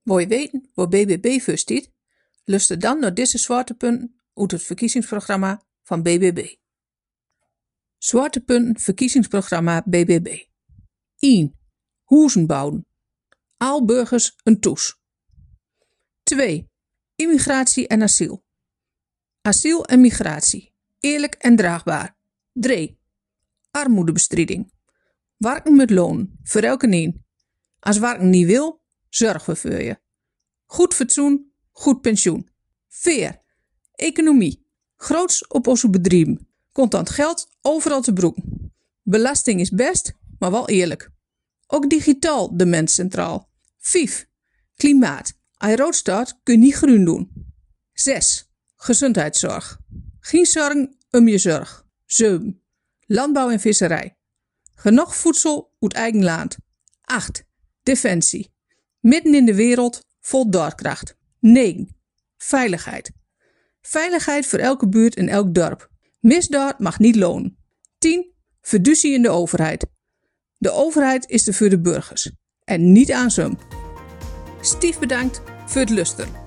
Wil je weten waar BBB voor staat? Luister dan naar deze zwaartepunten uit het verkiezingsprogramma van BBB. Zwaartepunten verkiezingsprogramma BBB. 1. Huizen bouwen. Al burgers een toes. 2. Immigratie en asiel. Asiel en migratie. Eerlijk en draagbaar. 3. Armoedebestrijding. Werken met loon, voor elke een. Als werken niet wil, zorgen we voor je. Goed fatsoen, goed pensioen. 4. Economie. Groots op onze bedrijven. Contant geld overal te broeken. Belasting is best, maar wel eerlijk. Ook digitaal de mens centraal. 5. Klimaat. Als je rood staat, kun je niet groen doen. 6. Gezondheidszorg. Geen zorgen om je zorg. 7. Landbouw en visserij. Genoeg voedsel uit eigen land. 8. Defensie. Midden in de wereld vol daadkracht. 9. Veiligheid. Veiligheid voor elke buurt en elk dorp. Misdaad mag niet lonen. 10. Fiducie in de overheid. De overheid is er voor de burgers en niet aan ze. Stief bedankt voor het luisteren.